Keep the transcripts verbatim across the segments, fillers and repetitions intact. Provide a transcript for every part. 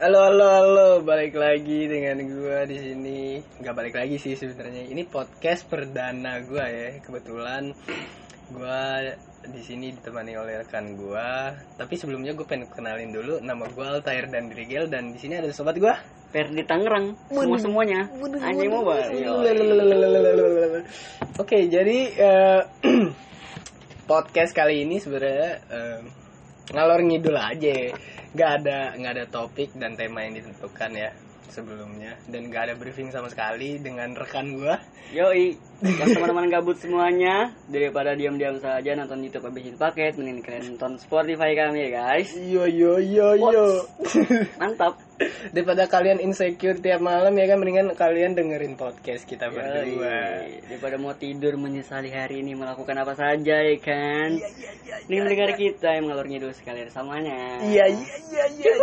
Halo halo halo, balik lagi dengan gua di sini. Enggak balik lagi sih sebenarnya. Ini podcast perdana gua ya. Kebetulan gua di sini ditemani oleh rekan gua. Tapi sebelumnya gua pengen kenalin dulu, nama gua Altair dan Rigel, dan di sini ada sobat gua Ferdi Tangerang. Semua semuanya. Anjing mobile. Oke, jadi uh, podcast kali ini sebenarnya uh, ngalor ngidul aja. Gak ada nggak ada topik dan tema yang ditentukan ya sebelumnya, dan gak ada briefing sama sekali dengan rekan gua. Yoi, yang teman-teman gabut semuanya, daripada diam-diam saja nonton YouTube habisin paket, mending kalian nonton Spotify kami ya guys. Yo yo yo yo. Mantap. Daripada kalian insecure tiap malam ya kan, mendingan kalian dengerin podcast kita berdua. Daripada mau tidur menyesali hari ini melakukan apa saja ya kan. Iya iya iya. Ini mendengar kita yang ngalor ngidul sekalian samanya. Iya iya iya iya.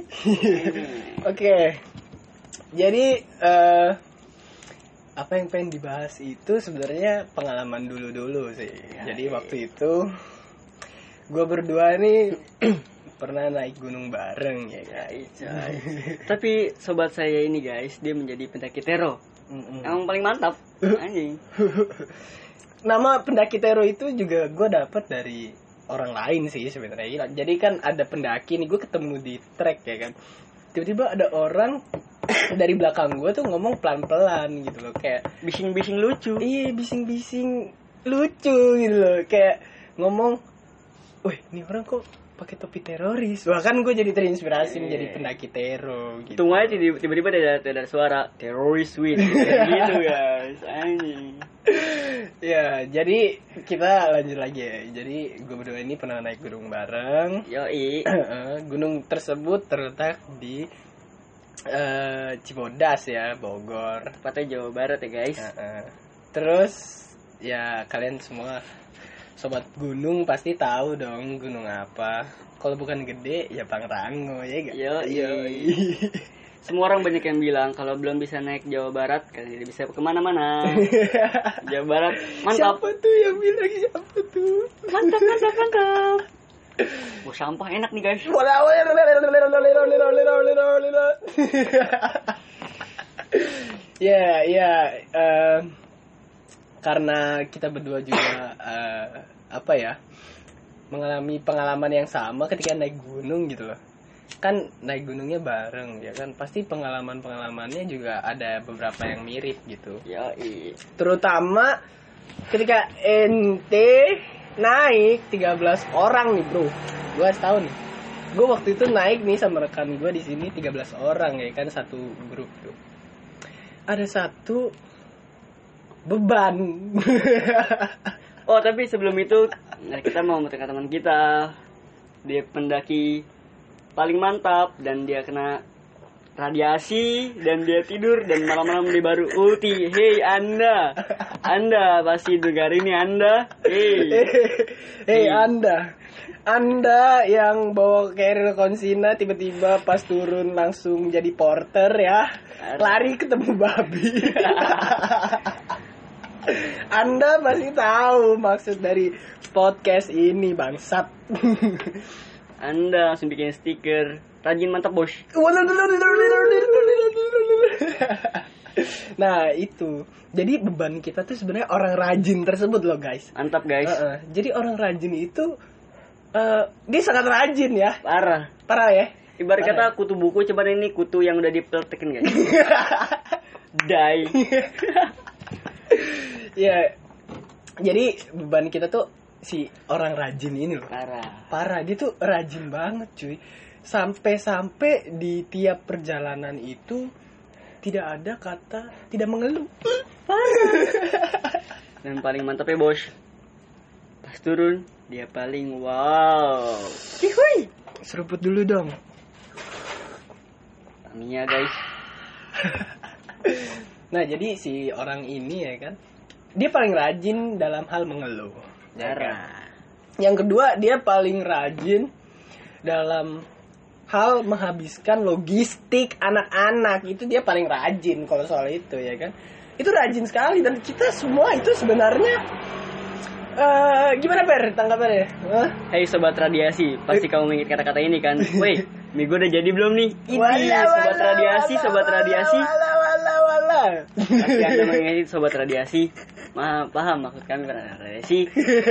Oke. Jadi uh, apa yang pengen dibahas itu sebenarnya pengalaman dulu-dulu sih. Ya, Jadi ya. Waktu itu gue berdua nih pernah naik gunung bareng ya guys. Ya, tapi sobat saya ini guys, dia menjadi pendaki tero. Mm-mm. Yang paling mantap anjing. Nama pendaki tero itu juga gue dapet dari orang lain sih sebenarnya. Jadi kan ada pendaki nih, gue ketemu di trek ya kan. Tiba-tiba ada orang dari belakang gue tuh ngomong pelan-pelan gitu loh, kayak bising-bising lucu. Iya, bising-bising lucu gitu loh, kayak ngomong, "Wih, ini orang kok pakai topi teroris." Wah, kan gue jadi terinspirasi yeah. menjadi pendaki tero gitu. Tunggu aja tiba-tiba ada ada suara teroris win gitu guys. Anjing. Ya, jadi kita lanjut lagi ya. Jadi gue berdua ini pernah naik gunung bareng. Yoi. Gunung tersebut terletak di uh, Cibodas ya, Bogor. Tepatnya Jawa Barat ya guys. Uh-uh. Terus ya kalian semua sobat gunung pasti tahu dong gunung apa. Kalau bukan gede ya Pangrango ya gak? Yoi. Semua orang banyak yang bilang kalau belum bisa naik Jawa Barat kalian tidak bisa kemana-mana. Jawa Barat mantap. Siapa tuh yang bilang siapa tuh? Mantap mantap mantap. Oh, sampah enak nih guys. Ya ya karena kita berdua juga uh, apa ya mengalami pengalaman yang sama ketika naik gunung gitu loh. Kan naik gunungnya bareng ya kan, pasti pengalaman-pengalamannya juga ada beberapa yang mirip gitu. Ya, iya. Terutama ketika ente naik tiga belas orang nih bro, gue harus tahu nih, gue waktu itu naik nih sama rekan gue di sini tiga belas orang ya kan, satu grup tuh. Ada satu beban. Oh tapi sebelum itu kita mau mengenalkan teman kita, dia pendaki paling mantap dan dia kena radiasi dan dia tidur dan malam-malam dia baru ulti. Hey anda, anda pasti dengar ini anda. Hey, hey anda, anda yang bawa carrier konsina tiba-tiba pas turun langsung jadi porter ya, lari ketemu babi. Anda pasti tahu maksud dari podcast ini bangsat. Anda langsung bikin stiker rajin mantap bos. Nah itu, jadi beban kita tuh sebenarnya orang rajin tersebut loh guys. Mantap guys. Uh-uh. Jadi orang rajin itu uh, dia sangat rajin ya. Parah. Parah ya. Ibarat kata kutu buku, coba ini kutu yang udah dipletekin guys. Die. Ya, jadi beban kita tuh si orang rajin ini loh. Parah. Parah, dia tuh rajin banget cuy. Sampai-sampai di tiap perjalanan itu tidak ada kata tidak mengeluh. Parah. Dan paling mantapnya bos, pas turun dia paling wow. Hihui. Seruput dulu dong. Tamiya guys. Nah jadi si orang ini ya kan, dia paling rajin dalam hal mengeluh. Ya kan? Yang kedua, dia paling rajin dalam hal menghabiskan logistik anak-anak. Itu dia paling rajin kalau soal itu ya kan. Itu rajin sekali, dan kita semua itu sebenarnya uh, gimana Per tanggapannya? Huh? Hai sobat radiasi, pasti kamu mengingat kata-kata ini kan. Woi, Mie gue udah jadi belum nih? Ini Wala, sobat wala, radiasi, wala, sobat wala, radiasi. Wala wala wala. Pasti Anda mengenai sobat radiasi. Ma, paham maksud kami pada radiasi.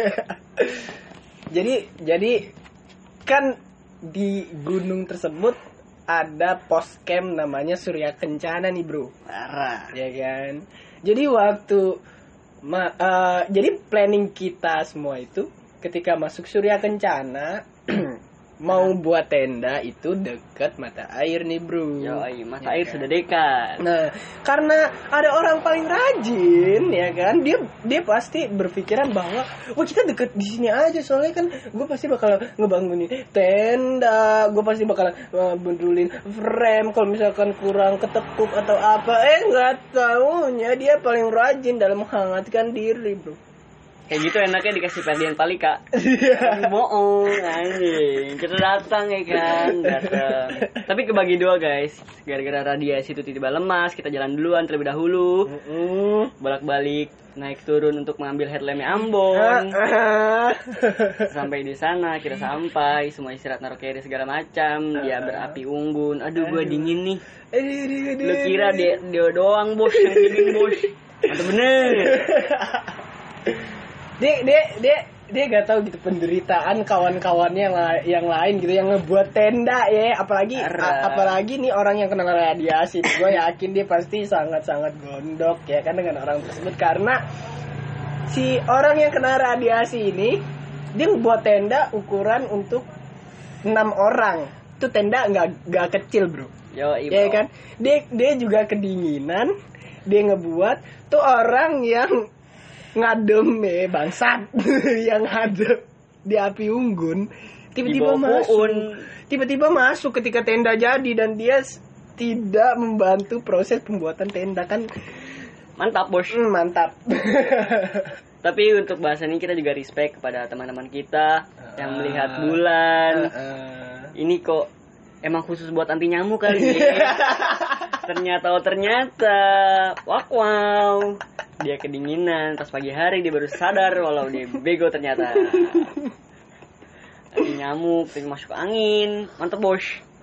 Jadi jadi kan di gunung tersebut ada pos camp namanya Surya Kencana nih, Bro. Parah. Ya kan? Jadi waktu ma, uh, jadi planning kita semua itu ketika masuk Surya Kencana mau buat tenda itu deket mata air nih, Bro. Yoi, Ya mata air kan? sudah dekat. Nah, karena ada orang paling rajin, ya kan, dia dia pasti berpikiran bahwa, wah kita deket di sini aja, soalnya kan gue pasti bakal ngebangunin tenda, gue pasti bakal uh, bendulin frame kalau misalkan kurang ketekuk atau apa. Eh nggak taunya dia paling rajin dalam menghangatkan diri, Bro. Kayak gitu enaknya dikasih perhatian Palika. Bohong anjing. Kita datang ya kan, datang. Tapi kebagi dua guys. Gara-gara radiasi itu tiba-tiba lemas, kita jalan duluan terlebih dahulu. Mm-mm. Bolak-balik naik turun untuk mengambil headlampnya Ambon. Sampai di sana kita sampai, semua istirahat naruh carry segala macam. Dia berapi unggun. Aduh, gua dingin nih. Lu kira dia, dia doang bos yang dingin bos. Mantap bener. dia dia dia dia gak tahu gitu penderitaan kawan-kawannya yang, la- yang lain gitu yang ngebuat tenda ya, apalagi a- apalagi nih orang yang kena radiasi. Gue yakin dia pasti sangat-sangat gondok ya kan dengan orang tersebut, karena si orang yang kena radiasi ini dia ngebuat tenda ukuran untuk enam orang. Itu tenda nggak nggak kecil, Bro. Yo, Ya kan, dia dia juga kedinginan, dia ngebuat tuh orang yang ngadem ya bangsat yang ngadem di api unggun tiba-tiba masuk tiba-tiba masuk ketika tenda jadi, dan dia s- tidak membantu proses pembuatan tenda kan. Mantap bos. Hmm, mantap. Tapi untuk bahasan ini kita juga respect kepada teman-teman kita yang melihat bulan. Uh, Ini kok emang khusus buat anti nyamuk kali ya. Ternyata oh ternyata wow, wow. Dia kedinginan pas pagi hari, dia baru sadar walau dia bego ternyata. Anti nyamuk tapi masuk angin. Mantap bos.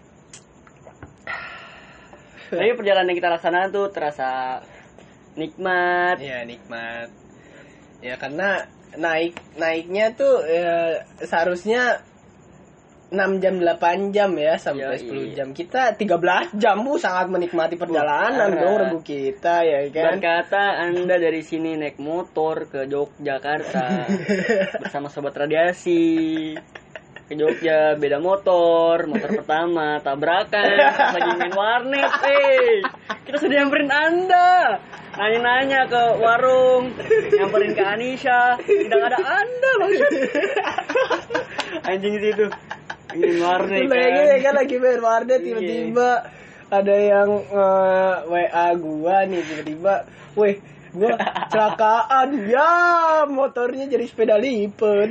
Tapi perjalanan yang kita laksanakan tuh terasa nikmat. ya nikmat ya, karena naik naiknya tuh ya, seharusnya enam jam delapan jam ya sampai Yoi. sepuluh jam. Kita tiga belas jam, Bu, sangat menikmati perjalanan Uh, dong regu kita ya kan. Berkata Anda dari sini naik motor ke Yogyakarta bersama sobat radiasi. Ke Jogja beda motor, motor pertama tabrakan pas lagi main warnet. Eh, kita sudah nyamperin Anda. Nanya-nanya ke warung, nyamperin ke Anisha, tidak ada Anda maksud. Anjing situ. Anjing warnet kan. Lagi kan lagi main warnet tiba-tiba ada yang uh, W A gua nih tiba-tiba, weh gua kecelakaan ya, motornya jadi sepeda lipat.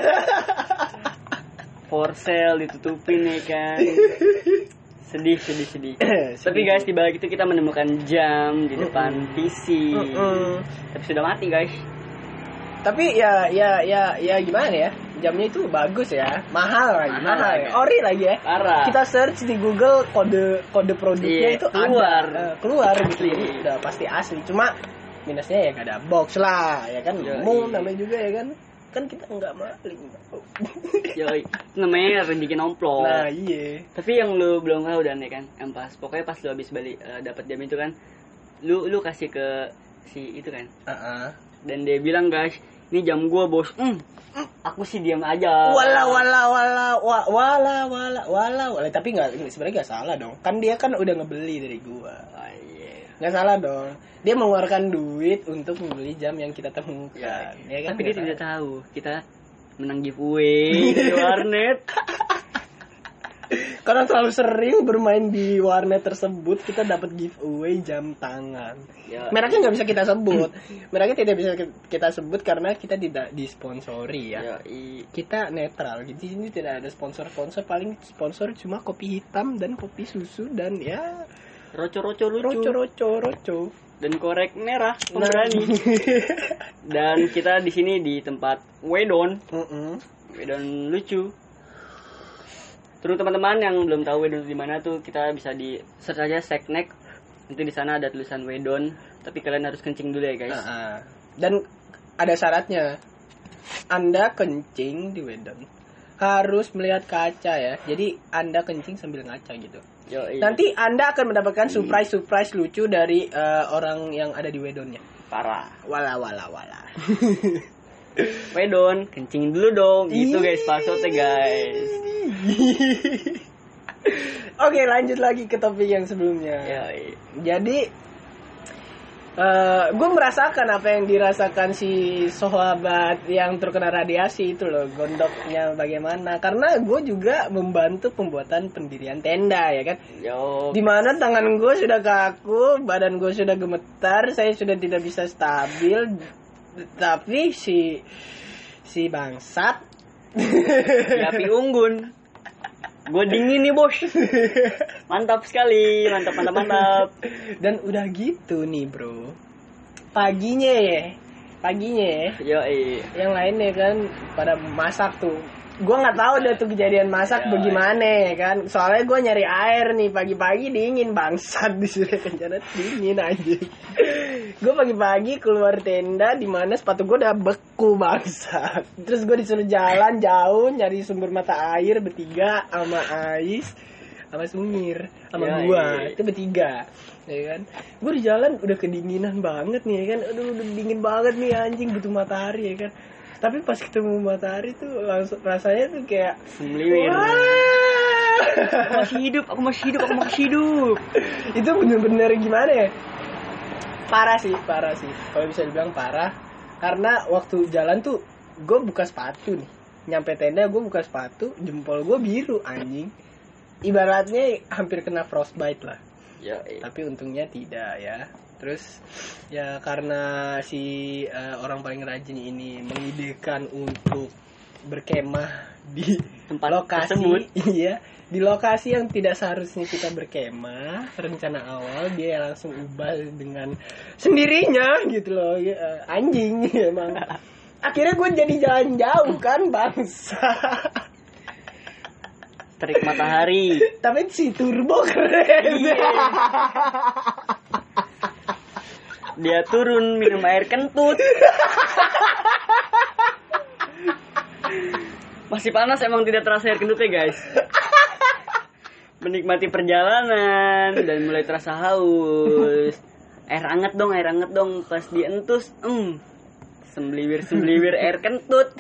For sale ditutupin nih kan. Sedih, sedih, sedih. Tapi guys, di balik itu kita menemukan jam di depan P C. Mm-mm. Tapi sudah mati guys. Tapi ya ya ya ya gimana ya? Jamnya itu bagus ya, mahal lagi, Mahal mahal, lagi. ya. Ori lagi ya. Parah. Kita search di Google kode kode produknya Iya, itu keluar. ada, uh, keluar gitu. Asli. Jadi udah pasti asli. Cuma minusnya ya gak ada box lah, ya kan? Yoi. Umum namanya juga ya kan. Kan kita nggak maling. Yoi, itu namanya rezeki nomplok. Nah iya. Tapi yang lu belum tahu dan ya kan, yang pas pokoknya pas lu habis balik uh, dapat jam itu kan, lu lu kasih ke si itu kan. Uh-uh. Dan dia bilang, "Guys, ini jam gua, Bos." Hmm. Aku sih diam aja. Wala wala wala wa- wala wala wala wala tapi nggak, sebenarnya nggak salah dong. Kan dia kan udah ngebeli dari gua. Oh, iya. Nggak salah dong. Dia mengeluarkan duit untuk membeli jam yang kita temukan. Ya, Ya kan? tapi dia Nggak tidak salah. tahu kita menang giveaway di warnet. Karena terlalu sering bermain di warnet tersebut, kita dapat giveaway jam tangan. Ya, Mereknya nggak bisa kita sebut. Mereknya tidak bisa kita sebut karena kita tidak disponsori ya. ya, i- Kita netral. Di sini tidak ada sponsor-sponsor. Paling sponsor cuma kopi hitam dan kopi susu dan ya roco-roco lucu roco-roco roco. dan korek merah Nah. pemberani. Dan kita di sini di tempat wedon, Mm-mm. wedon lucu. Terus teman-teman yang belum tahu Wedon di mana tuh, kita bisa di search aja Seknek. Nanti di sana ada tulisan Wedon, tapi kalian harus kencing dulu ya guys. Uh-uh. Dan ada syaratnya. Anda kencing di Wedon harus melihat kaca ya. Jadi Anda kencing sambil ngaca gitu. Yoi. Nanti Anda akan mendapatkan surprise-surprise lucu dari uh, orang yang ada di Wedonnya. Parah. Wala wala wala. Wedon, kencing dulu dong. Gitu guys, passwordnya guys. Oke, lanjut lagi ke topik yang sebelumnya. Yoi. Jadi Uh, gue merasakan apa yang dirasakan si sahabat yang terkena radiasi itu loh, gondoknya bagaimana. Karena gue juga membantu pembuatan pendirian tenda ya kan. Yo. Dimana tangan gue sudah kaku, badan gue sudah gemetar, saya sudah tidak bisa stabil. Tapi si si bangsat si api unggun, gue dingin nih bos. Mantap sekali, mantap mantap mantap. Dan udah gitu nih bro, paginya ya, paginya ya, yo yang lainnya kan pada masak tuh. Gue nggak tahu deh tuh kejadian masak Yoi. bagaimana ya kan. Soalnya gue nyari air nih pagi-pagi, dingin bangsat, disuruh kencana dingin aja. Gue pagi-pagi keluar tenda di mana sepatu gue udah beku bangsat. Terus gue disuruh jalan jauh nyari sumber mata air bertiga sama Ais sama Sumir sama Ya, gua, iya. itu bertiga ya kan. Gue di jalan udah kedinginan banget nih ya kan. Aduh udah dingin banget nih anjing, butuh matahari ya kan. Tapi pas ketemu matahari tuh langsung rasanya tuh kayak semliwir. Aku masih hidup, aku masih hidup, aku masih hidup. Itu bener-bener gimana ya, parah sih, parah sih kalau bisa dibilang parah. Karena waktu jalan tuh gue buka sepatu nih, nyampe tenda gue buka sepatu, jempol gue biru anjing. Ibaratnya hampir kena frostbite lah. Ya, iya. Tapi untungnya tidak ya. Terus ya karena si uh, orang paling rajin ini mengidekan untuk berkemah di Tempat lokasi tersebut. Iya, di lokasi yang tidak seharusnya kita berkemah. Rencana awal dia langsung ubah dengan sendirinya gitu loh. Uh, anjing emang. Akhirnya gue jadi jalan jauh kan bangsa. Terik matahari. Tapi si turbo keren. Dia turun minum air kentut. Masih panas emang tidak terasa air kentutnya guys. Menikmati perjalanan dan mulai terasa haus. Air hangat dong, air hangat dong. Pas dientus, hmm, sembliwir-sembliwir air kentut.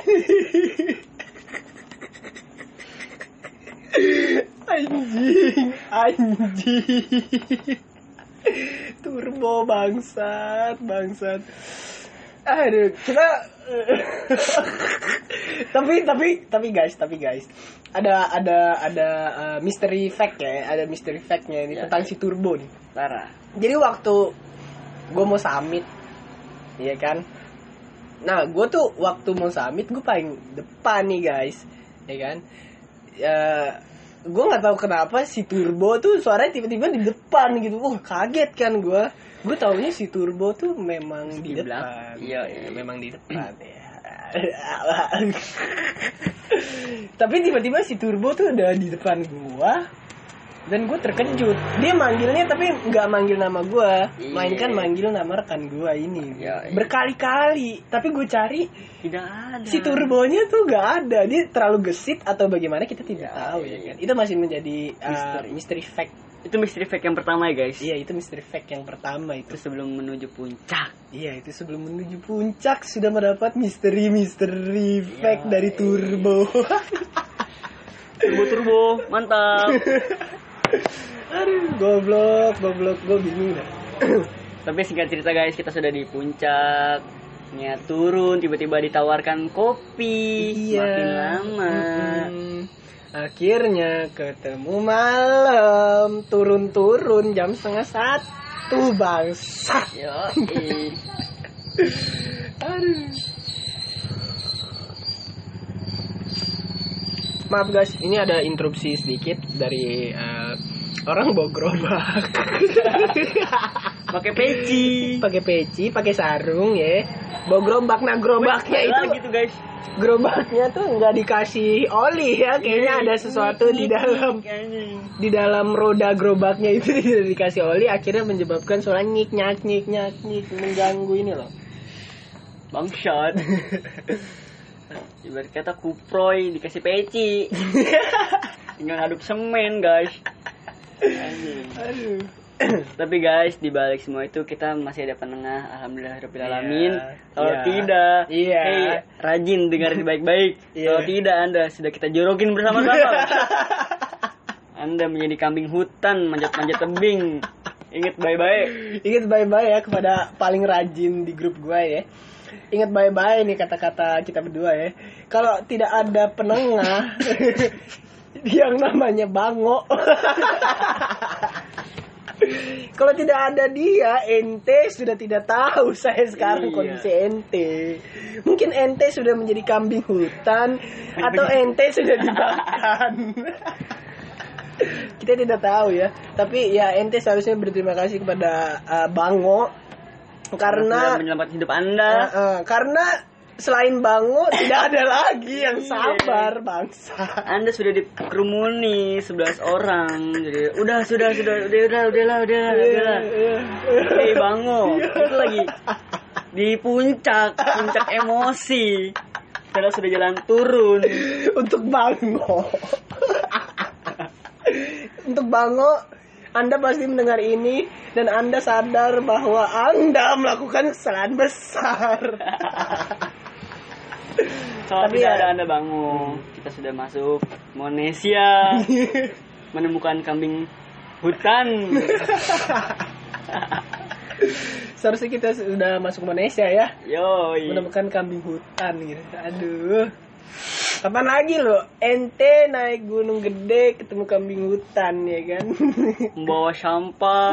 Anjing, anjing. Turbo bangsat, bangsat. Aduh, kita tapi tapi tapi guys, tapi guys. Ada ada ada uh, mystery fact ya, ada mystery fact-nya ini ya, tentang si Turbo nih. Parah. Jadi waktu gue mau summit, iya kan? Nah, gue tuh waktu mau summit gue paling depan nih guys, ya kan? Uh, gue nggak tahu kenapa si Turbo tuh suaranya tiba-tiba di depan gitu. Wah, kaget kan gue. Gue taunya si Turbo tuh memang di, di depan. Iya, ya, memang di depan ya. Tapi tiba-tiba si Turbo tuh udah di depan gue. Dan gue terkejut. Dia manggilnya tapi nggak manggil nama gue, iya. Mainkan manggil nama rekan gue ini. Iya, iya. Berkali-kali. Tapi gue cari tidak ada. Si Turbonya tuh nggak ada. Dia terlalu gesit atau bagaimana kita tidak iya, tahu iya. ya kan. Itu masih menjadi uh, Misteri. mystery fact. Itu mystery fact yang pertama ya guys. Iya, itu mystery fact yang pertama itu. Itu sebelum menuju puncak. Iya, itu sebelum menuju puncak sudah mendapat misteri-misteri fact iya, dari Turbo. Turbo turbo, mantap. Aduh, goblok, goblok, gue bingung dah. Tapi singkat cerita guys, kita sudah di puncak. Niat turun, tiba-tiba ditawarkan kopi. Iya. Makin lama. Mm-mm. Akhirnya ketemu malam, turun-turun jam setengah satu bangsa. Yoi. Aduh. Maaf guys, ini ada interupsi sedikit dari uh, orang bawa gerobak. pakai peci, pakai peci, pakai sarung ya. Bawa gerobak, nah gerobaknya itu gitu guys. Gerobaknya tuh nggak dikasih oli ya, kayaknya ada sesuatu di dalam di dalam roda gerobaknya itu tidak dikasih oli, akhirnya menyebabkan suara nyik nyak nyik nyak nyik mengganggu ini loh. Bangsat. Ibarat kata kuproy dikasih peci. Tinggal ngaduk semen guys. Anjing. Aduh. Tapi guys, di balik semua itu kita masih ada penengah, alhamdulillah alamin. Yeah, Kalau yeah, tidak, yeah. hey, rajin dengarin baik-baik. Yeah. Kalau tidak, Anda sudah kita jorokin bersama-sama. Anda menjadi kambing hutan, manjat-manjat tebing. Ingat baik-baik. Ingat baik-baik ya kepada paling rajin di grup gue ya. Ingat baik-baik nih kata-kata kita berdua ya. Kalau tidak ada penengah yang namanya Bango. Kalau tidak ada dia, ente sudah tidak tahu saya sekarang iya. Kondisi ente. Mungkin ente sudah menjadi kambing hutan atau ente sudah dimakan. Kita tidak tahu ya. Tapi ya ente seharusnya berterima kasih kepada uh, Bango karena menyelamatkan hidup Anda. Uh, uh, karena selain Bango tidak ada lagi yang sabar bangsa. Anda sudah dikerumuni sebelas orang. Jadi udah sudah sudah udah udah udahlah udahlah udahlah. Hei Bango, itu lagi di puncak puncak emosi. Sekarang sudah jalan turun. Untuk Bango. Untuk Bango, Anda pasti mendengar ini dan Anda sadar bahwa Anda melakukan kesalahan besar. Kalau tidak ya, ada Anda bangun, kita sudah masuk Monesia, menemukan kambing hutan. Seharusnya kita sudah masuk Monesia ya. Yoi. Menemukan kambing hutan gitu. Aduh. Kapan lagi lo ente naik gunung gede ketemu kambing hutan ya kan? Membawa sampah.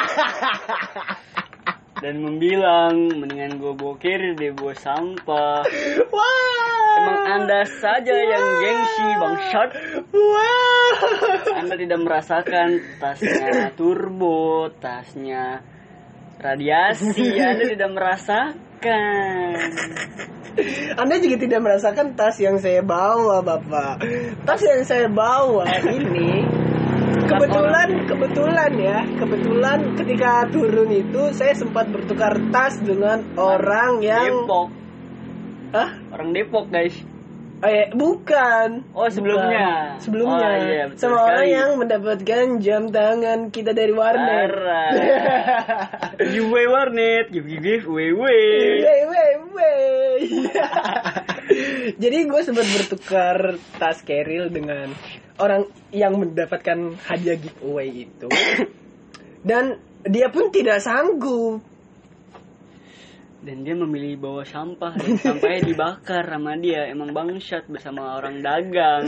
Dan membilang mendingan gue bokir deh bawa sampah. Wah. Emang Anda saja Wah. Yang gengsi bangsat. Wah. Anda tidak merasakan tasnya turbo, tasnya radiasi. Anda tidak merasakan. Anda juga tidak merasakan tas yang saya bawa, Bapak. Tas yang saya bawa ini kebetulan kebetulan ya kebetulan ketika turun itu saya sempat bertukar tas dengan orang yang Depok. Hah? Orang Depok guys. Oh ya, bukan. Oh sebelumnya. Bukan. Sebelumnya. Oh, iya, sama sekali. Orang yang mendapatkan jam tangan kita dari warnet. Giveaway warnet, give give away way. Jadi gue sempat bertukar tas keril dengan orang yang mendapatkan hadiah giveaway itu. Dan dia pun tidak sanggup. Dan dia memilih bawa sampah dan sampahnya dibakar sama dia. Emang bangsat bersama orang dagang.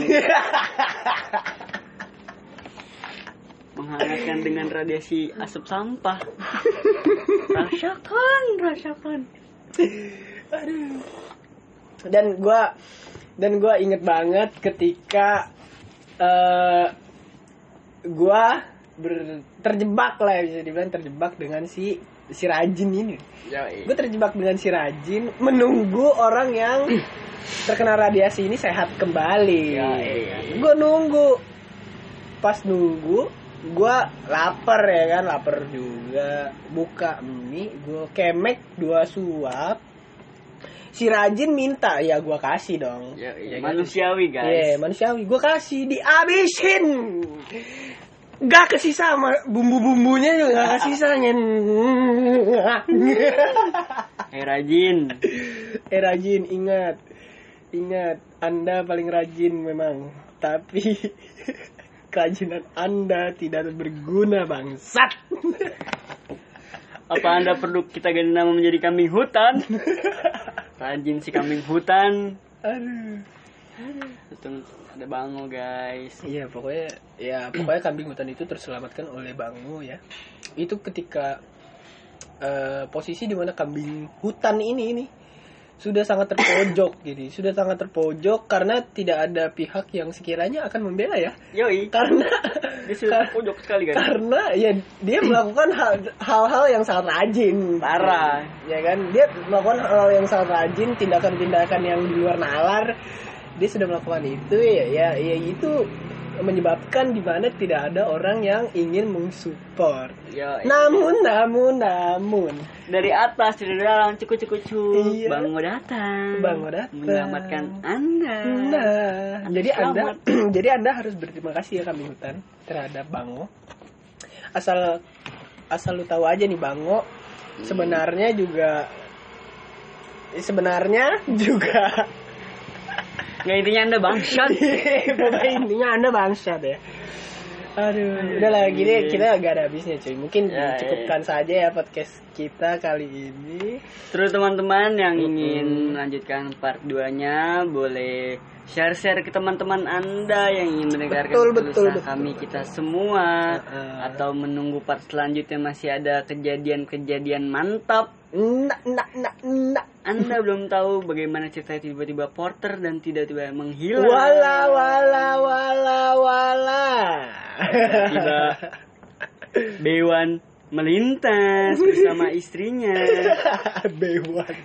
Menghangatkan dengan radiasi asap sampah. Rasakan, rasakan. Aduh. Dan gue dan gue inget banget ketika uh, gue ber, terjebak lah bisa dibilang terjebak dengan si si Rajin ini. Gue terjebak dengan si Rajin menunggu orang yang terkena radiasi ini sehat kembali. Gue nunggu, pas nunggu gue lapar ya kan, lapar juga, buka mie, gue kemek dua suap. Si Rajin minta, ya gue kasih dong. Ya, ya, manusiawi guys. Iya, manusiawi. Gue kasih, dihabisin. Gak kesisa sama bumbu-bumbunya juga gak kesisanya. Eh Rajin. Eh Rajin, ingat. Ingat, Anda paling rajin memang. Tapi kerajinan Anda tidak berguna bangsat. Apa Anda perlu kita ganti nama menjadi kambing hutan? Rajin si kambing hutan. Aduh. Aduh. Ada Bango guys. Iya pokoknya ya pokoknya kambing hutan itu terselamatkan oleh Bango ya. Itu ketika uh, posisi di mana kambing hutan ini ini sudah sangat terpojok gini, sudah sangat terpojok karena tidak ada pihak yang sekiranya akan membela ya. Yoi. Karena dia sudah terpojok sekali kan. Karena ya dia melakukan hal, hal-hal yang sangat rajin. Parah. Ya kan, dia melakukan hal yang sangat rajin, tindakan-tindakan yang di luar nalar. Dia sudah melakukan itu ya, ya, ya itu menyebabkan di mana tidak ada orang yang ingin mensupport. Ya, namun, namun, namun dari atas dari dalam cukup cukup cukup iya. Bango datang. Bango datang menyelamatkan Anda. Nah, jadi Anda, jadi Anda harus berterima kasih ya Kambing Hutan terhadap Bango. Asal, asal lu tahu aja nih Bango, sebenarnya juga, sebenarnya juga. Nggak, intinya Anda bangsat. Pokoknya intinya Anda bangsat ya. Aduh, udah lagi deh, kita gak ada habisnya cuy. Mungkin ya, dicukupkan ya. saja ya podcast kita kali ini. Terus teman-teman yang mm-hmm. ingin melanjutkan part dua-nya boleh share-share ke teman-teman Anda yang ingin mendengarkan betul, betul, betul, kami betul. kita semua uh-uh. atau menunggu part selanjutnya masih ada kejadian-kejadian mantap. Nak, nak, nak, nak. Anda belum tahu bagaimana cerita tiba-tiba Porter dan tiba-tiba menghilang. Wala, wala, wala, wala. Tiba Bewan melintas bersama istrinya. Bewan.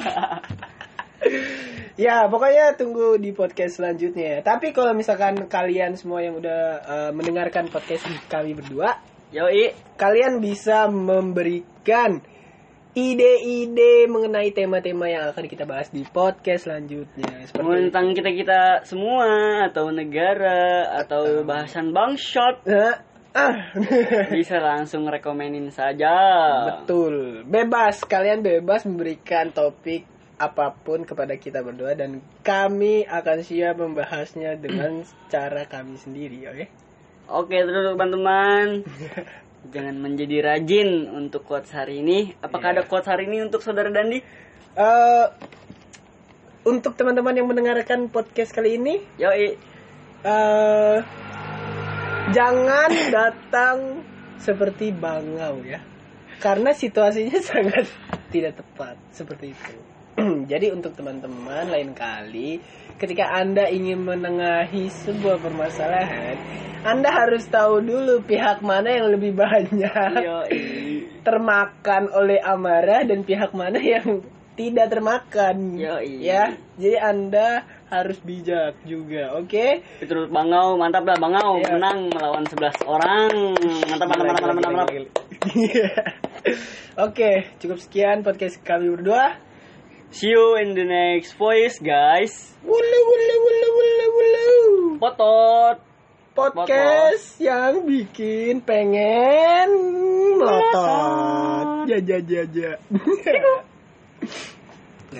Ya, pokoknya tunggu di podcast selanjutnya. Tapi kalau misalkan kalian semua yang udah uh, mendengarkan podcast kami berdua, yoi, kalian bisa memberikan ide-ide mengenai tema-tema yang akan kita bahas di podcast selanjutnya. Tentang kita-kita semua atau negara atau uh, bahasan bangsat. Uh, uh. Bisa langsung rekomenin saja. Betul. Bebas, kalian bebas memberikan topik apapun kepada kita berdua dan kami akan siap membahasnya dengan cara kami sendiri, oke? Okay? Oke, terus teman-teman. Jangan menjadi rajin untuk quotes hari ini. Apakah yeah. ada quotes hari ini untuk Saudara Dandi? Uh, untuk teman-teman yang mendengarkan podcast kali ini, yoi. Uh, jangan datang seperti bangau ya. Karena situasinya sangat tidak tepat seperti itu. Jadi untuk teman-teman lain kali ketika Anda ingin menengahi sebuah permasalahan, Anda harus tahu dulu pihak mana yang lebih banyak Yoi. termakan oleh amarah dan pihak mana yang tidak termakan. Yoi. Ya, jadi Anda harus bijak juga, oke? Okay? Terus Bangau, mantap lah Bangau, ya. Menang melawan sebelas orang. Mantap, mantap, mantap, mantap, mantap. mantap. Oke, okay, cukup sekian podcast kami berdua. See you in the next voice, guys. Wulu wulu wulu wulu wulu. Potot. Podcast Potot. Yang bikin pengen melotot. Ja ja ja ja.